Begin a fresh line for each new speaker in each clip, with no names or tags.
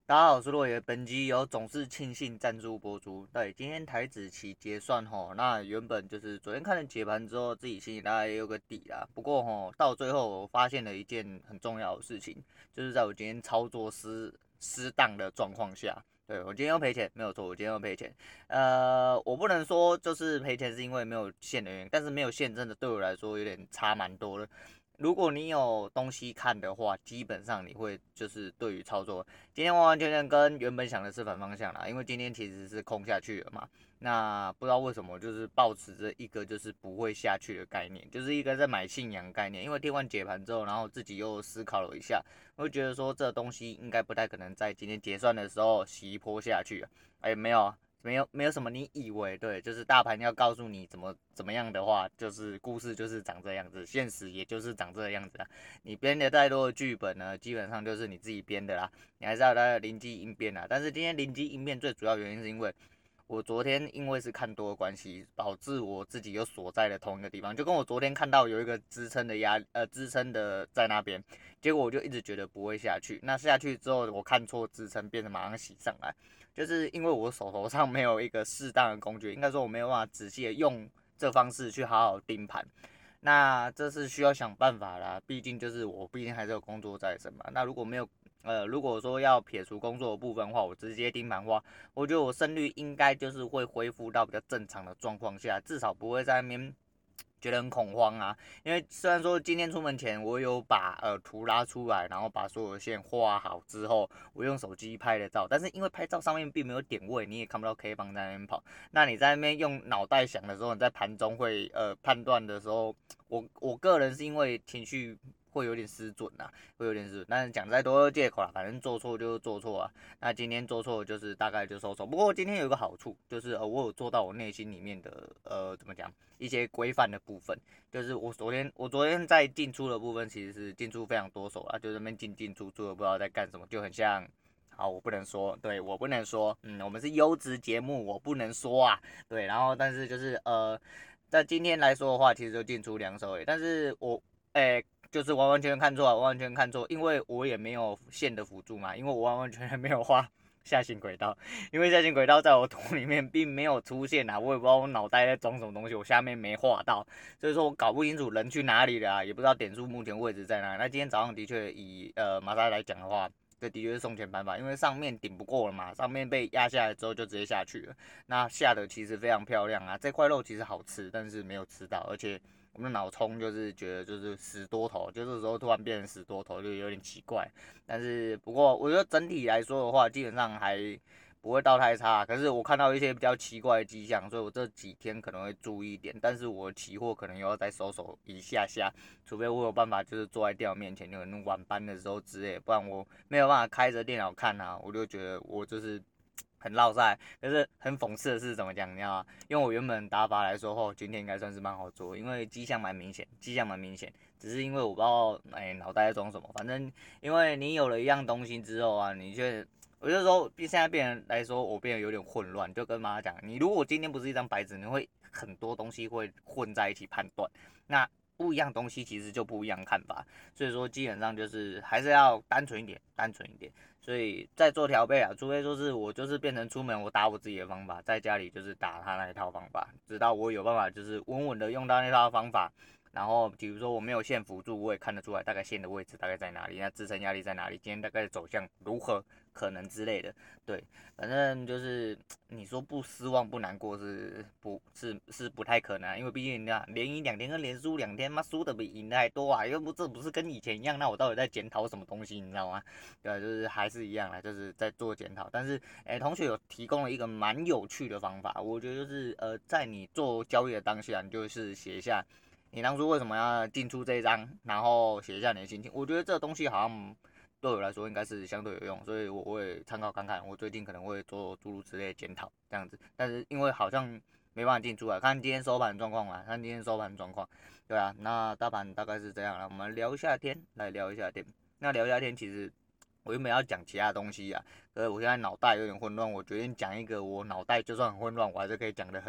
大家好，我是洛爷。本集由总是庆幸赞助播出。对，今天台指期结算吼，那原本就是昨天看了解盘之后，自己心里大概也有个底啦。不过吼，到最后我发现了一件很重要的事情，就是在我今天操作失当的状况下，对我今天要赔钱，没有错，我今天要赔钱。我不能说就是赔钱是因为没有线的原因，但是没有线真的对我来说有点差蛮多的。如果你有东西看的话，基本上你会就是对于操作今天完完全全跟原本想的是反方向啦，因为今天其实是空下去了嘛。那不知道为什么，就是抱持着一个就是不会下去的概念，就是一个在买信仰概念。因为听完解盘之后，然后自己又思考了一下，我就觉得说这东西应该不太可能在今天结算的时候洗一波下去啊。没有啊，没有什么你以为对，就是大盘要告诉你怎么样的话，就是故事就是长这样子，现实也就是长这样子啊。你编的太多的剧本呢，基本上就是你自己编的啦。你还是要它灵机应变啊。但是今天灵机应变最主要原因是因为我昨天因为是看多的关系，导致我自己又锁在了同一个地方，就跟我昨天看到有一个支撑的支撑的在那边，结果我就一直觉得不会下去。那下去之后，我看错支撑，变得马上洗上来，就是因为我手头上没有一个适当的工具，应该说我没有办法仔细的用这方式去好好盯盘。那这是需要想办法啦，毕竟就是我毕竟还是有工作在身嘛。那如果没有如果说要撇除工作的部分的话，我直接盯盘的话，我觉得我胜率应该就是会恢复到比较正常的状况下，至少不会在那边觉得很恐慌啊。因为虽然说今天出门前我有把图拉出来，然后把所有的线画好之后，我用手机拍了照，但是因为拍照上面并没有点位，你也看不到 K 棒在那边跑。那你在那边用脑袋想的时候，你在盘中会判断的时候，我个人是因为情绪会有点失准啊，会有点失准。但是讲再多借口啦，反正做错就是做错啊。那今天做错就是大概就收手。不过今天有一个好处，就是我有做到我内心里面的怎么讲一些规范的部分，就是我昨天在进出的部分其实是进出非常多手啊，就那边进出的不知道在干什么，就很像。好，我不能说，对我不能说，我们是优质节目，我不能说啊，对，然后但是就是在今天来说的话，其实就进出两手诶，但是就是完完全全看错啊，完完全全看错，因为我也没有线的辅助嘛，因为我完完全全没有画下行轨道，因为下行轨道在我图里面并没有出现啊，我也不知道我脑袋在装什么东西，我下面没画到，所以说我搞不清楚人去哪里了啊，也不知道点数目前位置在哪。那今天早上的确以马莎来讲的话。这的确是送钱办法，因为上面顶不过了嘛，上面被压下来之后就直接下去了。那下的其实非常漂亮啊，这块肉其实好吃，但是没有吃到，而且我们的脑冲就是觉得就是死多头，就这时候突然变成死多头，就有点奇怪。但是不过我觉得整体来说的话，基本上还不会到太差。可是我看到一些比较奇怪的迹象，所以我这几天可能会注意一点。但是我期货可能又要再收手一下下，除非我有办法就是坐在电脑面前，就可能晚班的时候之类，不然我没有办法开着电脑看啊。我就觉得我就是很落赛。可是很讽刺的是怎么讲，你知道吗？用我原本打法来说后，今天应该算是蛮好做，因为迹象蛮明显，迹象蛮明显。只是因为我不知道，脑袋在装什么。反正因为你有了一样东西之后啊，我就说，现在变人来说，我变得有点混乱。就跟妈讲，你如果今天不是一张白纸，你会很多东西会混在一起判断。那不一样东西其实就不一样看法。所以说基本上就是还是要单纯一点，单纯一点。所以再做调配啊，除非说是我就是变成出门我打我自己的方法，在家里就是打他那一套方法，直到我有办法就是稳稳的用到那套方法。然后比如说我没有线辅助，我也看得出来大概线的位置大概在哪里，那支撑压力在哪里，今天大概的走向如何，可能之类的。对，反正就是你说不失望不难过是不太可能啊，因为毕竟连赢2天跟连输2天，妈输的比赢的还多啊，这不是跟以前一样，那我到底在检讨什么东西，你知道吗？对啊，就是还是一样啦，就是在做检讨。但是同学有提供了一个蛮有趣的方法，我觉得就是在你做交易的当下，你就是写一下。你当初为什么要进出这一张，然后写一下你的心情？我觉得这个东西好像对我来说应该是相对有用，所以我也参考看看。我最近可能会做诸如此类的检讨这样子，但是因为好像没办法进出啊，看今天收盘状况啦，看今天收盘状况，对啊，那大盘大概是这样了。我们聊一下天，来聊一下天。那聊一下天，其实我原本要讲其他东西啊，可是我现在脑袋有点混乱，我决定讲一个我脑袋就算很混乱，我还是可以讲得很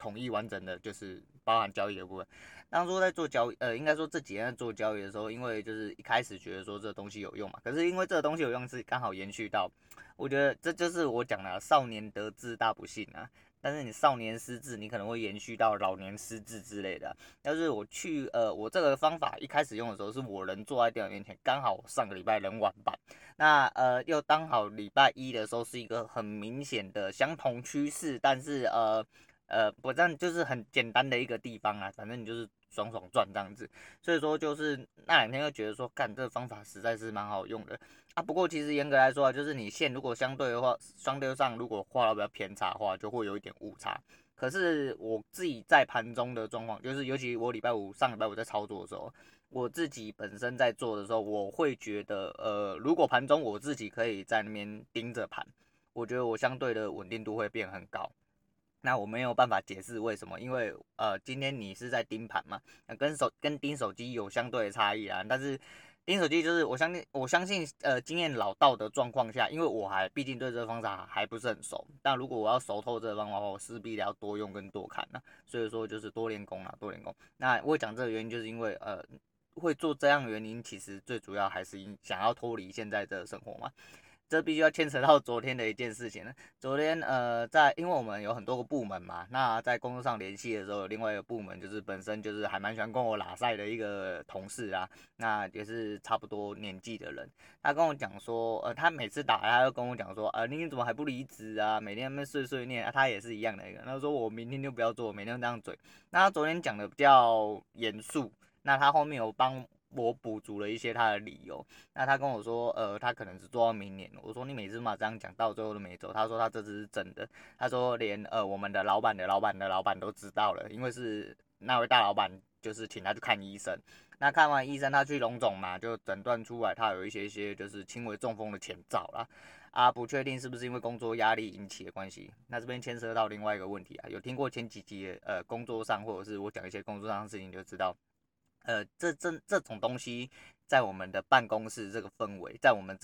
统一完整的，就是包含交易的部分。当初在做交易，应该说这几年在做交易的时候，因为就是一开始觉得说这个东西有用嘛，可是因为这个东西有用是刚好延续到，我觉得这就是我讲的少年得志大不幸啊。但是你少年失智，你可能会延续到老年失智之类的啊。要是我这个方法一开始用的时候，是我人坐在电脑面前，刚好上个礼拜人晚班，那又刚好礼拜一的时候是一个很明显的相同趋势，但是不但就是很简单的一个地方啊，反正你就是爽爽赚这样子。所以说就是那两天就觉得说，干这个方法实在是蛮好用的啊。不过其实严格来说啊，就是你线如果相对上如果画到比较偏差的话，就会有一点误差。可是我自己在盘中的状况，就是尤其我上礼拜五在操作的时候，我自己本身在做的时候，我会觉得如果盘中我自己可以在那边盯着盘，我觉得我相对的稳定度会变很高。那我没有办法解释为什么，因为今天你是在盯盘嘛，跟盯手机有相对的差异啦。但是盯手机就是我相信经验老道的状况下，因为我毕竟对这个方法还不是很熟。但如果我要熟透这个方法的话，我势必要多用跟多看所以说就是多练功啦，多练功。那我讲这个原因就是因为会做这样的原因，其实最主要还是想要脱离现在的生活嘛。这必须要牵扯到昨天的一件事情。昨天因为我们有很多个部门嘛，那在工作上联系的时候，有另外一个部门就是本身就是还蛮喜欢跟我拉赛的一个同事啊，那也是差不多年纪的人。他跟我讲说，他每次打他就跟我讲说，你怎么还不离职啊？每天在那边碎碎念啊，他也是一样的一个。他说我明天就不要做，每天都这样嘴。那他昨天讲的比较严肃，那他后面有帮我补足了一些他的理由。那他跟我说，他可能是做到明年。我说你每次嘛这样讲，到最后都没走。他说他这次是真的。他说连我们的老板的老板的老板都知道了，因为是那位大老板就是请他去看医生。那看完医生，他去龙总嘛，就诊断出来他有一些就是轻微中风的前兆啦。不确定是不是因为工作压力引起的关系。那这边牵涉到另外一个问题啊，有听过前几集工作上或者是我讲一些工作上的事情就知道。这种东西，在我们的办公室这个氛围，在我们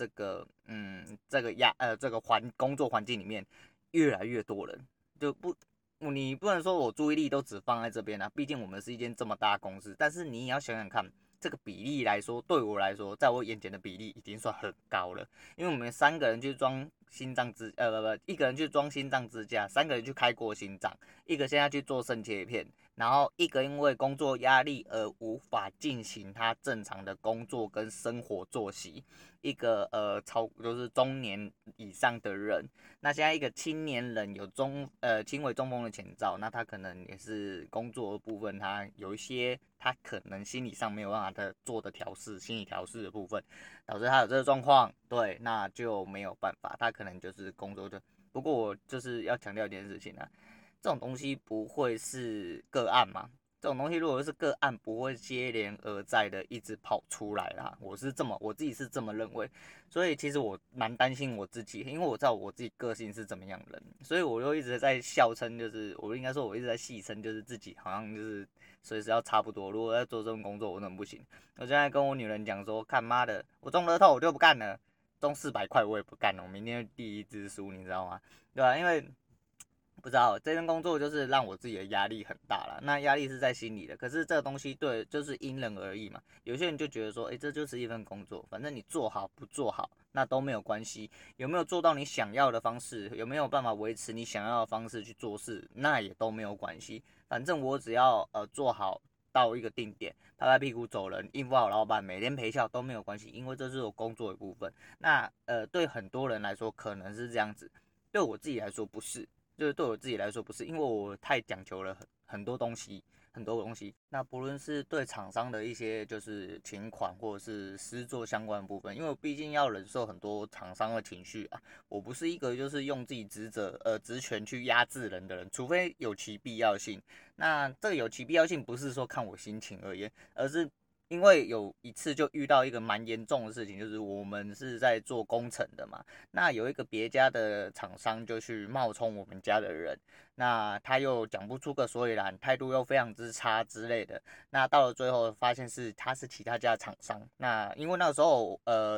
这个工作环境里面，越来越多人，你不能说我注意力都只放在这边啊，毕竟我们是一间这么大的公司。但是你也要想想看，这个比例来说，对我来说，在我眼前的比例已经算很高了。因为我们3个人去装心脏支，一个人去装心脏支架，3个人去开过心脏，一个现在去做肾切片。然后一个因为工作压力而无法进行他正常的工作跟生活作息，一个就是中年以上的人。那现在一个青年人有轻微中风的前兆，那他可能也是工作的部分，他有一些他可能心理上没有办法做的心理调试的部分，导致他有这个状况。对，那就没有办法，他可能就是工作不过我就是要强调一件事情啊。这种东西不会是个案嘛？这种东西如果是个案，不会接连而再的一直跑出来啦。我自己是这么认为。所以其实我蛮担心我自己，因为我知道我自己个性是怎么样的人，所以我又一直在笑称，就是我应该说我一直在戏称，就是自己好像就是随时要差不多。如果在做这种工作，我怎么不行？我现在跟我女人讲说，看妈的，我中乐透我就不干了，中400块我也不干了，我明天第一支输，你知道吗？对吧？因为不知道这份工作就是让我自己的压力很大了，那压力是在心里的。可是这个东西对，就是因人而异嘛。有些人就觉得说，这就是一份工作，反正你做好不做好那都没有关系。有没有做到你想要的方式，有没有办法维持你想要的方式去做事，那也都没有关系。反正我只要做好到一个定点，拍拍屁股走人，应付好老板，每天陪笑都没有关系，因为这是我工作的部分。那对很多人来说可能是这样子，对我自己来说不是。就是对我自己来说不是，因为我太讲求了很多东西，很多东西。那不论是对厂商的一些就是请款，或者是施作相关的部分，因为我毕竟要忍受很多厂商的情绪啊。我不是一个就是用自己职权去压制人的人，除非有其必要性。那这个有其必要性，不是说看我心情而言，而是因为有一次就遇到一个蛮严重的事情，就是我们是在做工程的嘛，那有一个别家的厂商就去冒充我们家的人，那他又讲不出个所以然，态度又非常之差之类的，那到了最后发现他是其他家的厂商，那因为那个时候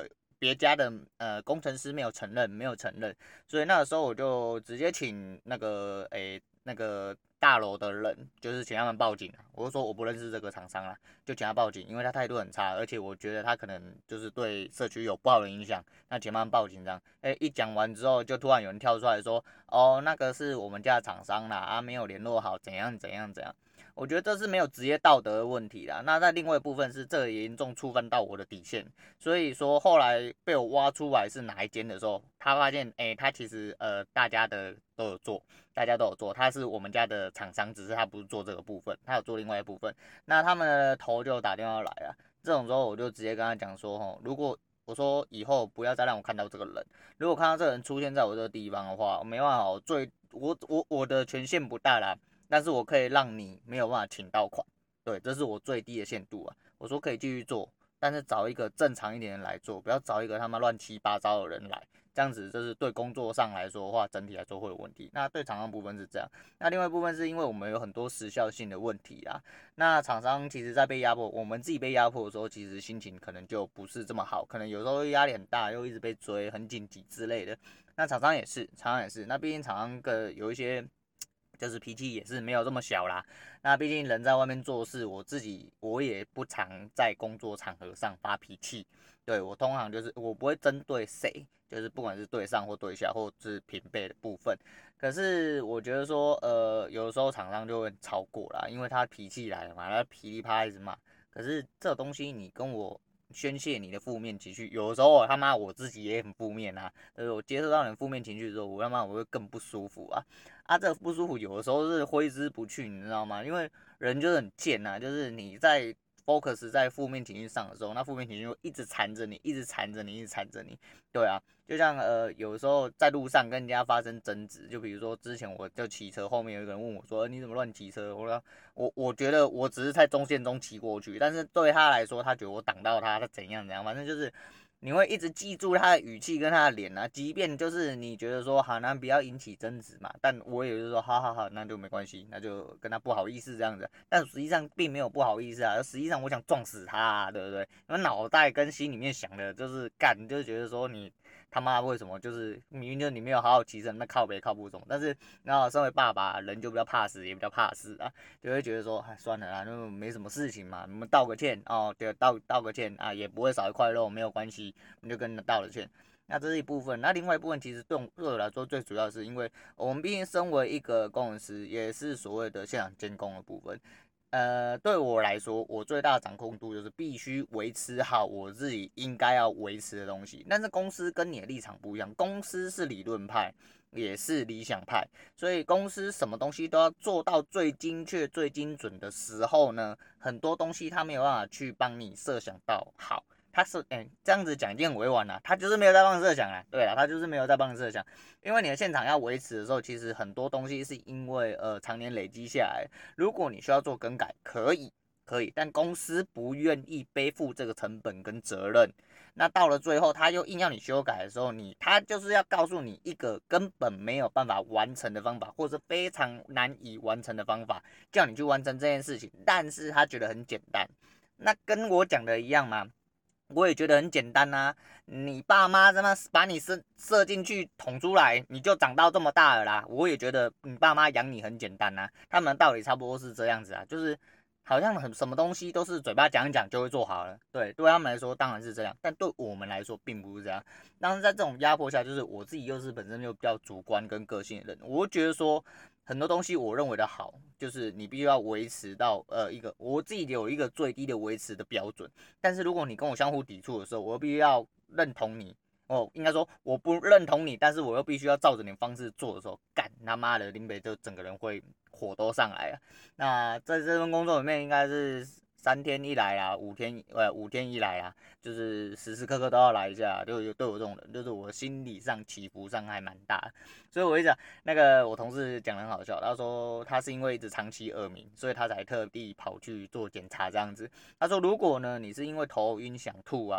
别家的工程师没有承认，所以那个时候我就直接请那个大楼的人，就是请他们报警啊。我就说我不认识这个厂商啦，就请他报警，因为他态度很差，而且我觉得他可能就是对社区有不好的影响。那请他们报警这样，一讲完之后，就突然有人跳出来说，哦，那个是我们家的厂商啦，啊，没有联络好，怎样怎样怎样。我觉得这是没有职业道德的问题啦。那在另外一部分是这严重触犯到我的底线，所以说后来被我挖出来是哪一间的时候，他发现，他其实大家的都有做，大家都有做，他是我们家的厂商，只是他不是做这个部分，他有做另外一部分。那他们的头就打电话来了，这种时候我就直接跟他讲说，如果我说以后不要再让我看到这个人，如果看到这个人出现在我这个地方的话，我没办法，我的权限不大啦。但是我可以让你没有办法请到款，对，这是我最低的限度啊。我说可以继续做，但是找一个正常一点的人来做，不要找一个他妈乱七八糟的人来，这样子就是对工作上来说的话，整体来说会有问题。那对厂商部分是这样，那另外一部分是因为我们有很多时效性的问题啊。那厂商其实在被压迫，我们自己被压迫的时候，其实心情可能就不是这么好，可能有时候压力很大，又一直被追，很紧急之类的。那厂商也是，那毕竟厂商有一些。就是脾气也是没有这么小啦。那毕竟人在外面做事，我也不常在工作场合上发脾气。对，我通常就是我不会针对谁，就是不管是对上或对下或是平辈的部分。可是我觉得说，有的时候厂商就会超过啦，因为他脾气来了嘛，他噼里啪啦一直骂。可是这东西你跟我宣泄你的负面情绪，有的时候他妈我自己也很负面啊。我接受到你的负面情绪之后，我会更不舒服啊。这个不舒服有的时候是挥之不去，你知道吗？因为人就是很贱呐，就是你在 focus 在负面情绪上的时候，那负面情绪会一直缠着你，一直缠着你，一直缠着你。对啊，就像有时候在路上跟人家发生争执，就比如说之前我就骑车，后面有一个人问我说，你怎么乱骑车？我觉得我只是在中线中骑过去，但是对他来说，他觉得我挡到他，他怎样怎样，反正就是。你会一直记住他的语气跟他的脸啊，即便就是你觉得说好，那不要引起争执嘛，但我也就是说好，那就没关系，那就跟他不好意思这样子，但实际上并没有不好意思啊，实际上我想撞死他啊，对不对？因为脑袋跟心里面想的就是干，就是觉得说你他妈为什么就是明明就你没有好好骑车，那靠北靠不中，但是然后身为爸爸，人就比较怕死，也比较怕事啊，就会觉得说，算了啦，就没什么事情嘛，你们道个歉哦，对，道个歉啊，也不会少一块肉，没有关系。你就跟人道了歉。那这是一部分，那另外一部分其实对我来说最主要是因为我们毕竟身为一个工程师，也是所谓的现场监工的部分。对我来说，我最大的掌控度就是必须维持好我自己应该要维持的东西。但是公司跟你的立场不一样，公司是理论派，也是理想派，所以公司什么东西都要做到最精确、最精准的时候呢，很多东西他没有办法去帮你设想到好。他是这样子讲已经很委婉了，他就是没有在帮你设想啦。对啊，他就是没有在帮你设想，因为你的现场要维持的时候，其实很多东西是因为常年累积下来，如果你需要做更改，可以，但公司不愿意背负这个成本跟责任。那到了最后，他又硬要你修改的时候，他就是要告诉你一个根本没有办法完成的方法，或是非常难以完成的方法，叫你去完成这件事情，但是他觉得很简单。那跟我讲的一样嘛。我也觉得很简单啊，你爸妈他妈把你射进去捅出来，你就长到这么大了啦。我也觉得你爸妈养你很简单啊，他们的道理差不多是这样子啊，就是好像什么东西都是嘴巴讲一讲就会做好了。对他们来说当然是这样，但对我们来说并不是这样。但是在这种压迫下，就是我自己又是本身就比较主观跟个性的人，我会觉得说。很多东西我认为的好，就是你必须要维持到我自己有一个最低的维持的标准。但是如果你跟我相互抵触的时候，我必须要认同你应该说我不认同你，但是我又必须要照着你的方式做的时候，干他妈的林北就整个人会火都上来了。那在这份工作里面，应该是3天一来啊，5天一来啊，就是时时刻刻都要来一下，就对我这种人，就是我心理上起伏上还蛮大的。所以我一讲那个我同事讲得很好笑，他说他是因为一直长期耳鸣，所以他才特地跑去做检查这样子。他说如果呢你是因为头晕想吐啊，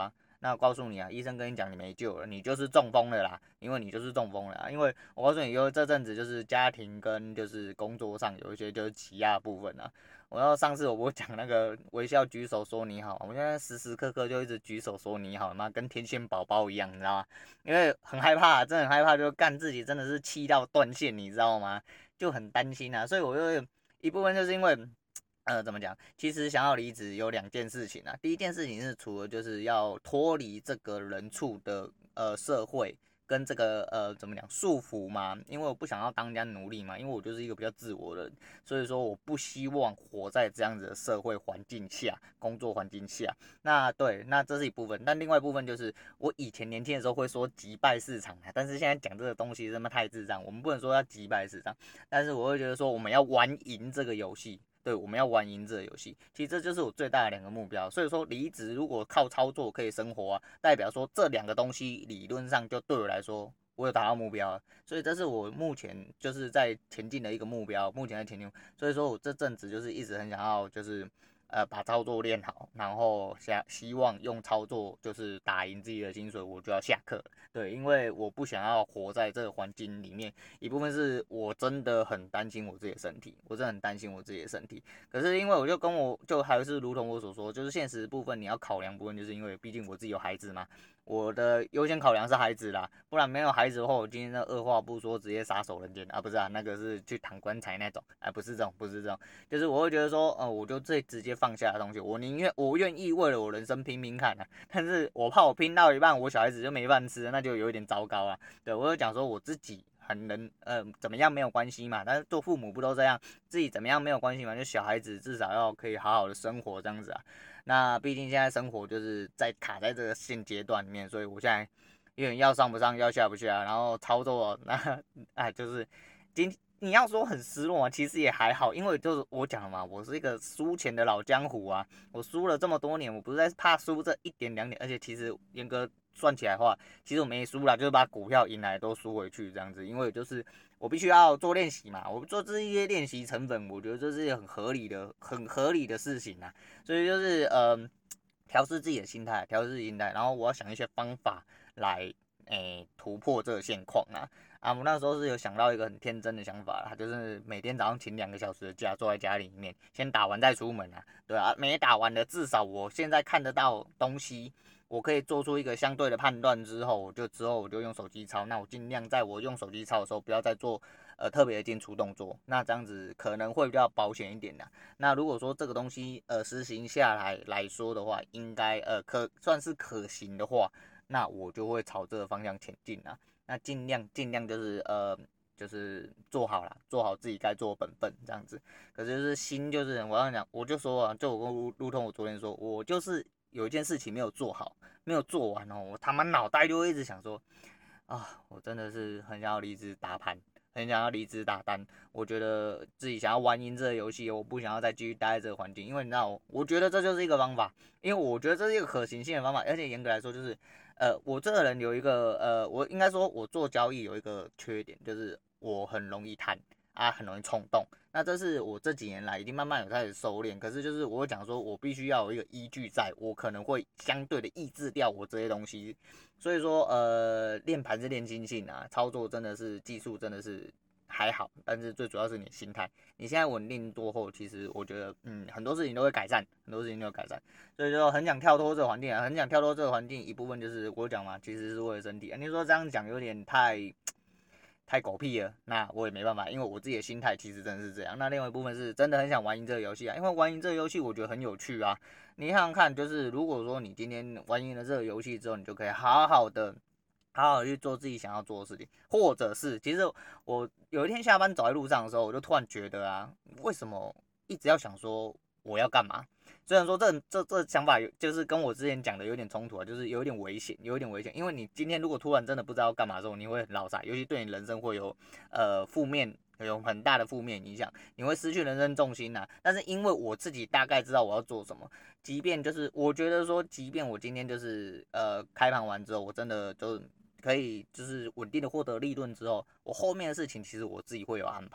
那告诉你啊，医生跟你讲你没救了，你就是中风了啦，因为你就是中风了啦。因为我告诉你，因为这阵子就是家庭跟就是工作上有一些就是挤压的部分啊。我要上次我不是讲那个微笑举手说你好，我现在时时刻刻就一直举手说你好，妈跟天线宝宝一样，你知道吗？因为很害怕，真的很害怕，就干自己真的是气到断线，你知道吗？就很担心啊，所以我就一部分就是因为。怎么讲？其实想要离职有两件事情啊。第一件事情是除了就是要脱离这个人畜的社会跟这个怎么讲束缚嘛，因为我不想要当人家奴隶嘛，因为我就是一个比较自我的人，所以说我不希望活在这样子的社会环境下、工作环境下。那对，那这是一部分，但另外一部分就是我以前年轻的时候会说击败市场啊，但是现在讲这个东西他妈太智障，我们不能说要击败市场，但是我会觉得说我们要玩赢这个游戏。对，我们要玩赢这个游戏，其实这就是我最大的两个目标。所以说，离职如果靠操作可以生活啊，代表说这两个东西理论上就对我来说，我有达到目标了。所以这是我目前就是在前进的一个目标，目前在前进。所以说我这阵子就是一直很想要就是把操作练好，然后希望用操作就是打赢自己的薪水，我就要下课了。对，因为我不想要活在这个环境里面，一部分是我真的很担心我自己的身体，我真的很担心我自己的身体。可是因为我还是如同我所说，就是现实部分你要考量部分，就是因为毕竟我自己有孩子嘛，我的优先考量是孩子啦，不然没有孩子的话，我今天二话不说直接撒手人间啊，不是啊，那个是去躺棺材那种，不是这种，不是这种，就是我会觉得说，我就最直接放下的东西，我愿意为了我人生拼拼看啊，但是我怕我拼到一半，我小孩子就没饭吃，那就有一点糟糕啊。对，我就讲说我自己很能，怎么样没有关系嘛，但是做父母不都这样，自己怎么样没有关系嘛，就小孩子至少要可以好好的生活这样子啊。那毕竟现在生活就是在卡在这个现阶段里面，所以我现在有点要上不上，要下不下，然后操作那就是你要说很失落啊，其实也还好，因为就是我讲了嘛，我是一个输钱的老江湖啊，我输了这么多年，我不是在怕输这一点两点，而且其实严格算起来的话，其实我没输啦，就是把股票赢来都输回去这样子，因为就是我必须要做练习嘛，我做这一些练习成本，我觉得这是很合理的事情啊，所以就是调试自己的心态，调试自己的心态，然后我要想一些方法来突破这个现况啊。我那时候是有想到一个很天真的想法啦，就是每天早上请2个小时的假，坐在家里面，先打完再出门啊，对啊，没打完的至少我现在看得到东西，我可以做出一个相对的判断之后，我就用手机抄，那我尽量在我用手机抄的时候，不要再做特别的进出动作，那这样子可能会比较保险一点的。那如果说这个东西实行下来说的话，应该算是可行的话，那我就会朝这个方向前进啊。那尽量就是做好啦，做好自己该做的本分这样子。可是就是心就是我要讲，我就说啊，就如同我昨天说，我就是有一件事情没有做好，没有做完哦，我他妈脑袋就会一直想说我真的是很想要离职打盘，很想要离职打单。我觉得自己想要玩赢这个游戏，我不想要再继续待在这个环境，因为你知道，我觉得这就是一个方法，因为我觉得这是一个可行性的方法，而且严格来说就是。我这个人有一个我应该说，我做交易有一个缺点，就是我很容易贪很容易冲动。那这是我这几年来已经慢慢有开始收敛，可是就是我讲说，我必须要有一个依据在，我可能会相对的抑制掉我这些东西。所以说，练盘是练心性啊，操作真的是技术真的是还好，但是最主要是你的心态。你现在稳定多后，其实我觉得，很多事情都会改善，很多事情都会改善。所以说很想跳脱这个环境啊，很想跳脱这个环境，一部分就是我讲嘛，其实是为了身体啊。你说这样讲有点太狗屁了，那我也没办法，因为我自己的心态其实真的是这样。那另外一部分是真的很想玩赢这个游戏啊，因为玩赢这个游戏我觉得很有趣啊。你想想看，就是如果说你今天玩赢了这个游戏之后，你就可以好好的去做自己想要做的事情，或者是其实我有一天下班走在路上的时候，我就突然觉得为什么一直要想说我要干嘛？虽然说这想法就是跟我之前讲的有点冲突啊，就是有点危险，有点危险。因为你今天如果突然真的不知道干嘛的时候，你会很落塞，尤其对你人生会有有很大的负面影响，你会失去人生重心呐。但是因为我自己大概知道我要做什么，即便就是我觉得说，即便我今天就是开盘完之后，我真的就可以就是稳定的获得利润之后，我后面的事情其实我自己会有安排。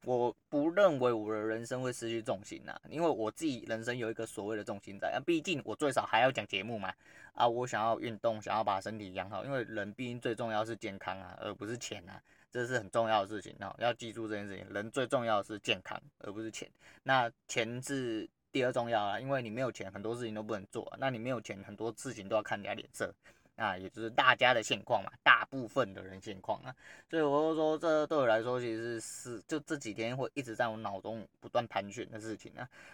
我不认为我的人生会失去重心啊，因为我自己人生有一个所谓的重心在啊，毕竟我最少还要讲节目嘛，啊，我想要运动，想要把身体养好，因为人毕竟最重要是健康啊，而不是钱啊，这是很重要的事情哦，要记住这件事情，人最重要的是健康，而不是钱，那钱是第二重要啊，因为你没有钱，很多事情都不能做啊，那你没有钱，很多事情都要看人家脸色。啊，也就是大家的现况嘛，大部分的人现况啊，所以我就说，这对我来说其实是就这几天会一直在我脑中不断盘旋的事情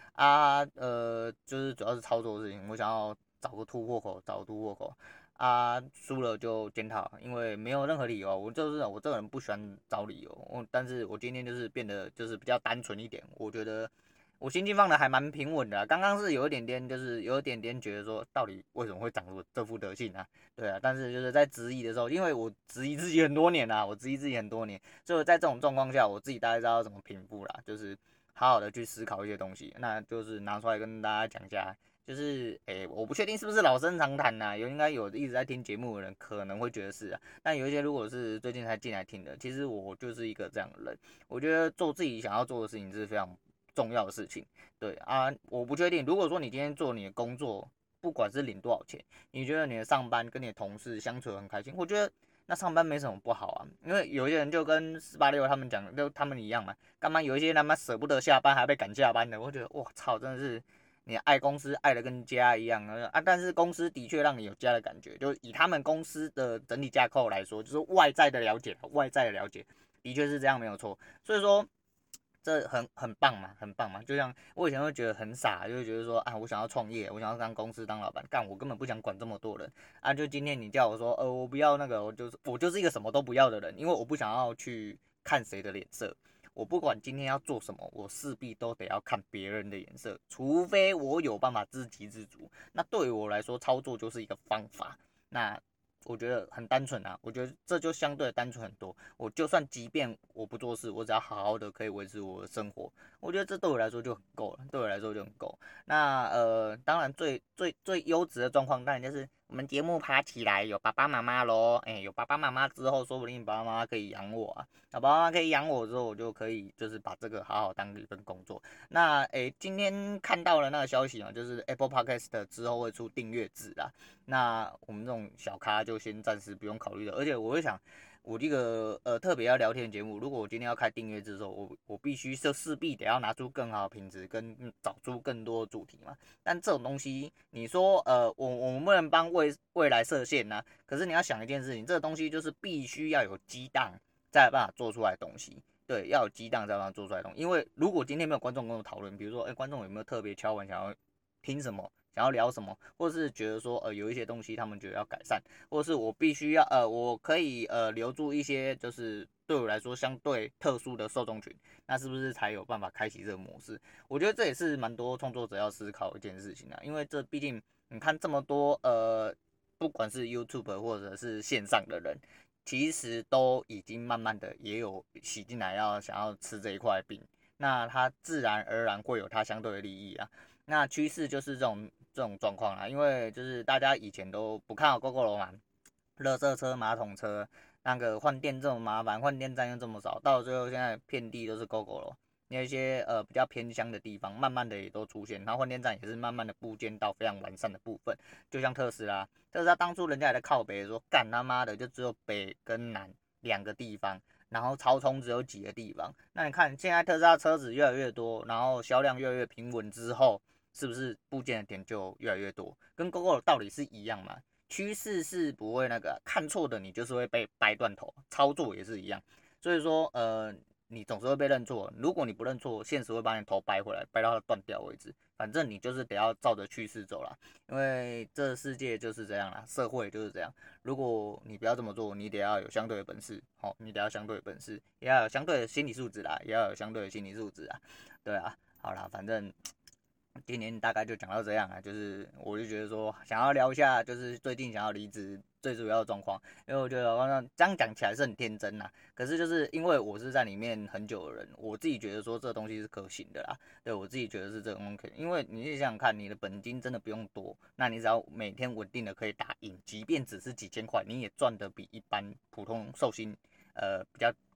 就是主要是操作的事情，我想要找个突破口，找个突破口啊，输了就检讨，因为没有任何理由，我这个人不喜欢找理由，但是我今天就是变得就是比较单纯一点，我觉得。我心情放的还蛮平稳的刚刚是有一点点，就是有一点点觉得说，到底为什么会长出这副德性啊？对啊，但是就是在质疑的时候，因为我质疑自己很多年啦，我质疑自己很多年，所以在这种状况下，我自己大概知道怎么平复啦，就是好好的去思考一些东西，那就是拿出来跟大家讲一下。就是我不确定是不是老生常谈呐，应该有一直在听节目的人可能会觉得是啊，但有一些如果是最近才进来听的，其实我就是一个这样的人，我觉得做自己想要做的事情是非常重要的事情。对啊，我不确定。如果说你今天做你的工作，不管是领多少钱，你觉得你的上班跟你的同事相处很开心，我觉得那上班没什么不好啊。因为有一些人就跟486他们讲，就他们一样嘛，干嘛有一些他妈舍不得下班还被赶下班的，我觉得我操，真的是你爱公司爱的跟家一样啊。但是公司的确让你有家的感觉，就以他们公司的整体架构来说，就是外在的了解，的确是这样没有错。所以说。这很棒嘛，很棒嘛。就像我以前会觉得很傻，就会觉得说啊，我想要创业，我想要当公司当老板，干我根本不想管这么多人啊。就今天你叫我说，我不要那个，我就是一个什么都不要的人，因为我不想要去看谁的脸色。我不管今天要做什么，我势必都得要看别人的脸色，除非我有办法自给自足。那对于我来说，操作就是一个方法。那我觉得很单纯啊，我觉得这就相对单纯很多。我就算即便我不做事，我只要好好的可以维持我的生活，我觉得这对我来说就很够了，对我来说就很够。那当然最优质的状况，当然就是我们节目爬起来有爸爸妈妈咯，有爸爸妈妈之后，说不定爸爸妈妈可以养我啊。爸爸妈妈可以养我之后，我就可以就是把这个好好当一份工作。那今天看到了那个消息啊，就是 Apple Podcast 之后会出订阅制啦。那我们这种小咖就先暂时不用考虑了。而且我会想，我这个特别要聊天的节目，如果我今天要开订阅制的时候，我必须势必得要拿出更好的品质，跟找出更多的主题嘛。但这种东西，你说我们不能帮未来设限呐、可是你要想一件事情，这个东西就是必须要有激荡，才有办法做出来的东西。对，要有激荡才有办法做出来的东西。因为如果今天没有观众跟我讨论，比如说，观众有没有特别敲完想要听什么？想要聊什么，或是觉得说有一些东西他们觉得要改善，或是我必须要我可以留住一些就是对我来说相对特殊的受众群，那是不是才有办法开启这个模式？我觉得这也是蛮多创作者要思考一件事情啊，因为这毕竟你看这么多不管是 YouTube 或者是线上的人，其实都已经慢慢的也有洗进来要想要吃这一块饼，那它自然而然会有它相对的利益啊。那趋势就是这种状况啦，因为就是大家以前都不看好 GoGo 嘛，垃圾车、马桶车，那个换电这么麻烦，换电站又这么少，到最后现在遍地都是 GoGo 了。有一些比较偏乡的地方，慢慢的也都出现，然后换电站也是慢慢的部件到非常完善的部分，就像特斯拉，当初人家也在靠北说，干他妈的就只有北跟南两个地方，然后超充只有几个地方，那你看现在特斯拉车子越来越多，然后销量越来越平稳之后。是不是部件的点就越来越多？跟 GoGo 的道理是一样嘛？趋势是不会那个看错的，你就是会被掰断头，操作也是一样。所以说，你总是会被认错。如果你不认错，现实会把你头掰回来，掰到它断掉为止。反正你就是得要照着趋势走啦，因为这世界就是这样啦，社会就是这样。如果你不要这么做，你得要有相对的本事，你得要相对的本事，也要有相对的心理素质啦，也要有相对的心理素质啊。对啊，好啦，反正。今年大概就讲到这样啊，就是我就觉得说想要聊一下，就是最近想要离职最主要的状况，因为我觉得好像这样讲起来是很天真呐，可是就是因为我是在里面很久的人，我自己觉得说这东西是可行的啦，对我自己觉得是这种 OK，因为你想想看，你的本金真的不用多，那你只要每天稳定的可以打赢，即便只是几千块，你也赚得比一般普通寿星比较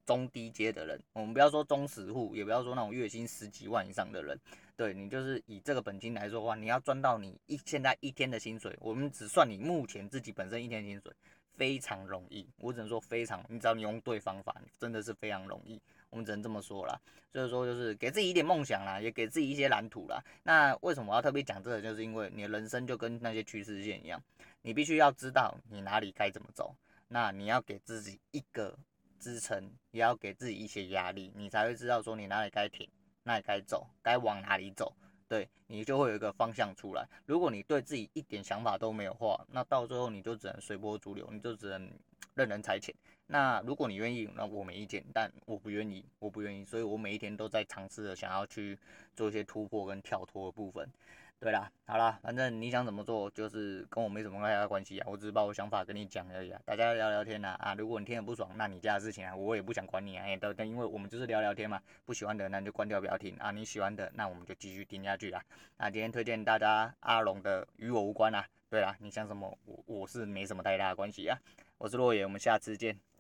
中低阶的人，我们不要说中实户，也不要说那种月薪10几万以上的人，对你就是以这个本金来说的话，你要赚到你现在一天的薪水，我们只算你目前自己本身一天的薪水，非常容易，我只能说非常，你只要你用对方法，真的是非常容易，我们只能这么说啦。所以说就是给自己一点梦想啦，也给自己一些蓝图啦。那为什么我要特别讲这个？就是因为你的人生就跟那些趋势线一样，你必须要知道你哪里该怎么走，那你要给自己一个支撑，也要给自己一些压力，你才会知道说你哪里该停，哪里该走，该往哪里走。对，你就会有一个方向出来。如果你对自己一点想法都没有的话，那到最后你就只能随波逐流，你就只能任人差遣。那如果你愿意，那我没意见，但我不愿意，所以我每一天都在尝试着想要去做一些突破跟跳脱的部分。对啦，好啦，反正你想怎么做，就是跟我没什么太大关系啊，我只是把我想法跟你讲而已啊，大家聊聊天啊，如果你听得不爽，那你家的事情啊，我也不想管你啊，但因为我们就是聊聊天嘛，不喜欢的那你就关掉不要听啊，你喜欢的那我们就继续听下去啦。那今天推荐大家阿龙的与我无关啊，对啦，你想什么我是没什么太大的关系啊，我是洛野，我们下次见。